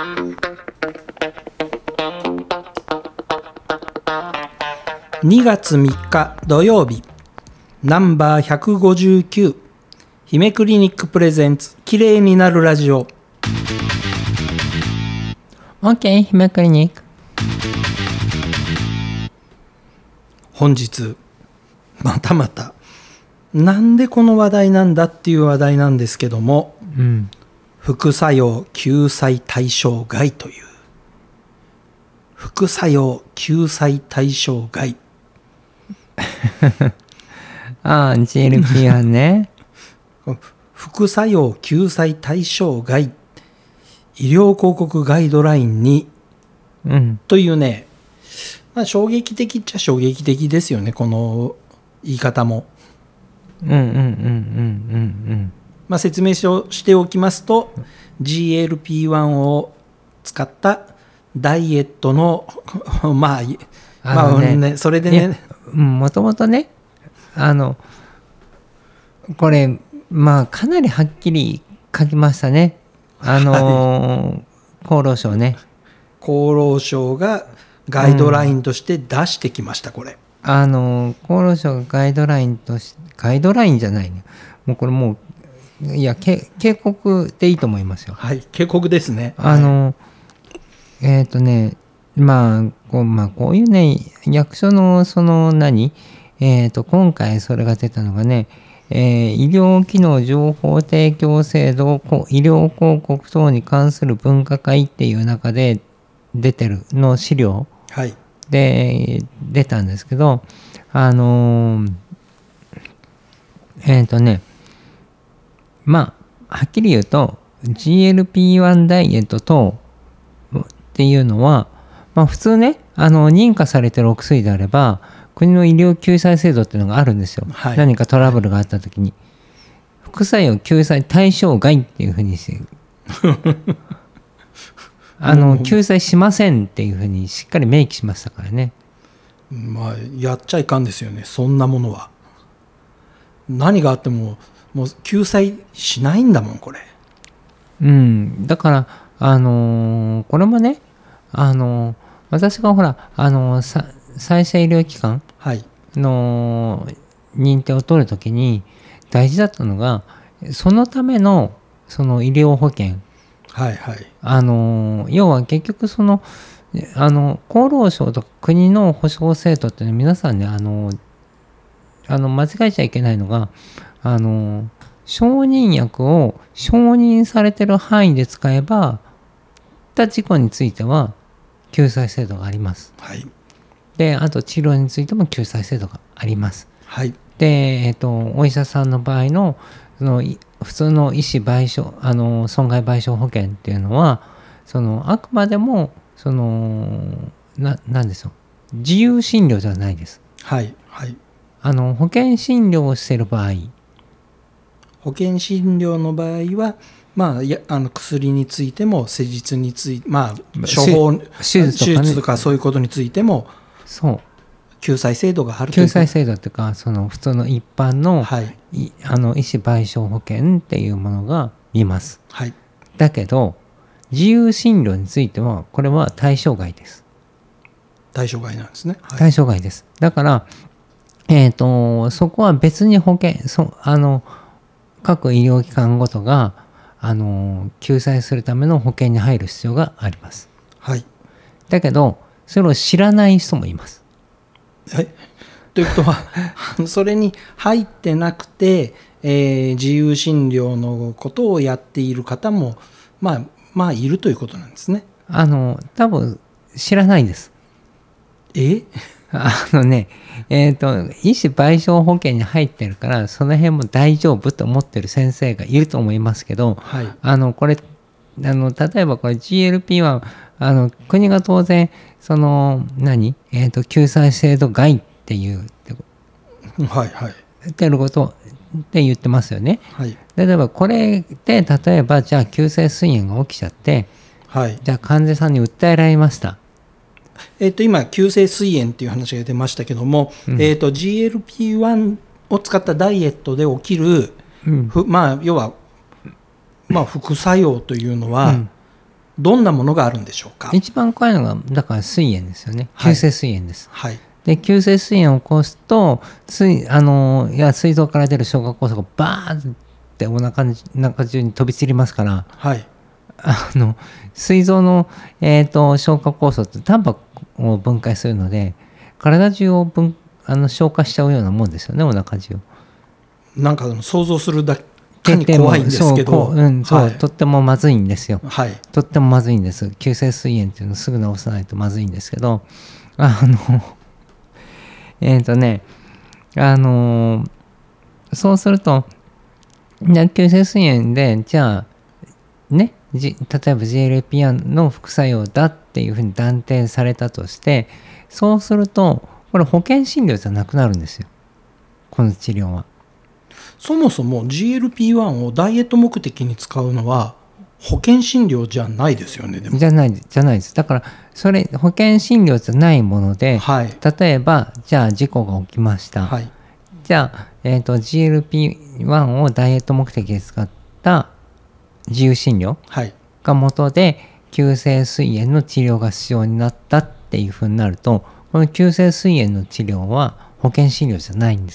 2月3日土曜日、ナンバー159、姫クリニックプレゼンツきれいになるラジオ。 OK 姫クリニック。 本日またなんでこの話題なんだっていう話題なんですけども、副作用救済対象外という、副作用救済対象外 GLP-1 ね副作用救済対象外医療広告ガイドラインに、というね、衝撃的っちゃ衝撃的ですよね、この言い方も。説明しておきますと、 GLP-1 を使ったダイエットのそれでね、 もともとね、これかなりはっきり書きましたね、厚労省ね。 厚労省がガイドラインとして出してきました。これ厚労省がガイドラインとして、ガイドラインじゃないね、もうこれもういや警告でいいと思いますよ。 はい、警告ですね。 こういうね、役所の今回それが出たのがね、医療機能情報提供制度医療広告等に関する分科会っていう中で出てるの資料で出たんですけど、はっきり言うと GLP-1 ダイエット等っていうのは、普通ね、認可されてるお薬であれば国の医療救済制度っていうのがあるんですよ、何かトラブルがあった時に、副作用救済対象外っていうふうにして救済しませんっていうふうにしっかり明記しましたからね。 やっちゃいかんですよね、そんなものは。何があってももう救済しないんだもん、これ。 だからこれもね、私がほら再生医療機関の認定を取るときに大事だったのが、そのためのその医療保険、要は結局厚労省とか国の保障制度ってね、皆さんね間違えちゃいけないのが、承認薬を承認されてる範囲で使えば事故については救済制度があります。で、あと治療についても救済制度があります。で、お医者さんの場合の普通の医師賠償損害賠償保険っていうのはあくまでもなんでしょう、自由診療ではないです。保険診療をしている場合、 保険診療の場合は薬についても施術について、処方手術とかそういうことについても救済制度があるという。 救済制度っていうか、普通の一般の、医師賠償保険っていうものが見ます。だけど自由診療についてはこれは対象外です。 対象外なんですね。 対象外です。だからそこは別に各医療機関ごとが救済するための保険に入る必要があります。だけどそれを知らない人もいます。 ということはそれに入ってなくて、自由診療のことをやっている方もいるということなんですね。 多分知らないんです。医師賠償保険に入ってるからその辺も大丈夫と思ってる先生がいると思いますけど、これ例えばこれ GLP は国が当然救済制度外っていうってることって言ってますよね。例えばこれで例えばじゃあ急性膵炎が起きちゃって、じゃあ患者さんに訴えられました。 今急性膵炎っていう話が出ましたけども、GLP-1 を使ったダイエットで起きる、要は副作用というのは、 どんなものがあるんでしょうか。 一番怖いのがだから膵炎ですよね。急性膵炎です。 はい。 で急性膵炎を起こすと膵臓から出る消化酵素がバーンってお腹の中中に飛び散りますから、 はい。 膵臓の、消化酵素ってタンパクを分解するので体中を消化しちゃうようなもんですよね、お腹中。 なんか想像するだけに怖いんですけど、 はい、とってもまずいんですよ。 はい。 とってもまずいんです。急性膵炎っていうのをすぐ治さないとまずいんですけど、そうすると急性膵炎でじゃあね、例えば GLP-1 の副作用だっていうふうに断定されたとして、そうするとこれ保険診療じゃなくなるんですよ、この治療は。 そもそも GLP-1 をダイエット目的に使うのは保険診療じゃないですよね。でもじゃないです。だからそれ保険診療じゃないもので、 はい、 例えばじゃあ事故が起きました、 はい、 じゃあ、GLP-1 をダイエット目的で使った自由診療が元で急性膵炎の治療が必要になったっていうふうになると、この急性膵炎の治療は保険診療じゃないんです。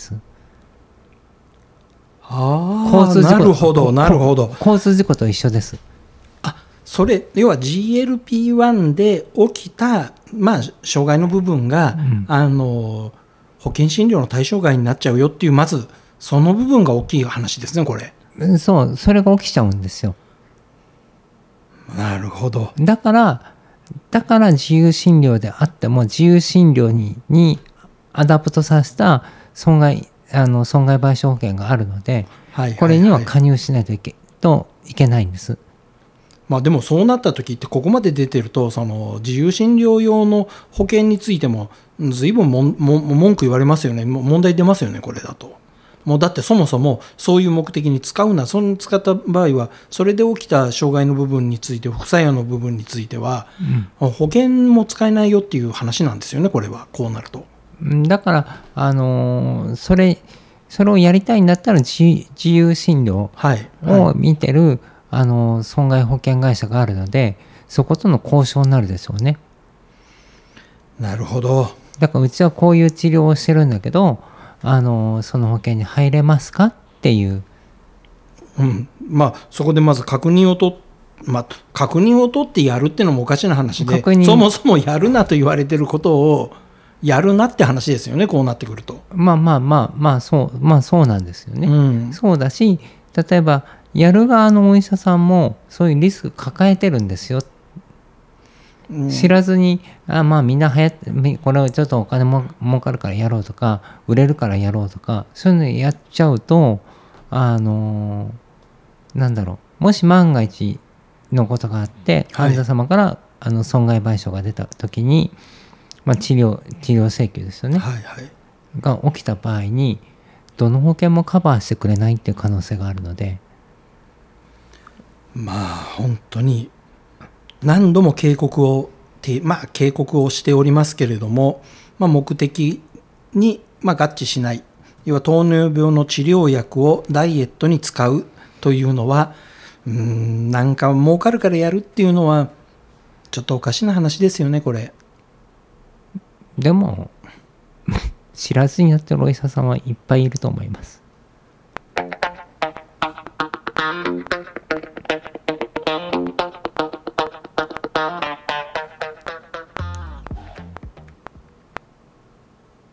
交通事故、なるほどなるほど。 交通事故と一緒です。 それ要は GLP-1 で起きた、障害の部分が、保険診療の対象外になっちゃうよっていう、まずその部分が大きい話ですね、これ。 それが起きちゃうんですよ。 なるほど。 だから自由診療であっても自由診療にアダプトさせた損害賠償保険があるので、これには加入しないといけないんです。 でもそうなった時ってここまで出てると、その自由診療用の保険についても随分文句言われますよね。問題出ますよね、これだと。もうだってそもそもそういう目的に使うな、その使った場合はそれで起きた障害の部分について、副作用の部分については、保険も使えないよっていう話なんですよね、これは。こうなるとだからそれをやりたいんだったら自由診療を見てる、損害保険会社があるので、そことの交渉になるでしょうね。 なるほど。 だからうちはこういう治療をしてるんだけど、その保険に入れますかっていう、 そこでまず確認を取ってやるっていうのもおかしな話で、そもそもやるなと言われてることをやるなって話ですよね、こうなってくると。 そうなんですよね。そうだし、例えばやる側のお医者さんもそういうリスク抱えてるんですよ。知らずにみんなこれをちょっとお金も儲かるからやろうとか、売れるからやろうとか、そういうのやっちゃうともし万が一のことがあって患者様から損害賠償が出た時に、治療請求ですよね、が起きた場合にどの保険もカバーしてくれないっていう可能性があるので、 本当に何度も警告をしておりますけれども、目的に合致しない、要は糖尿病の治療薬をダイエットに使うというのは、なんか儲かるからやるっていうのはちょっとおかしな話ですよね、これ。 でも知らずにやってるお医者さんはいっぱいいると思います。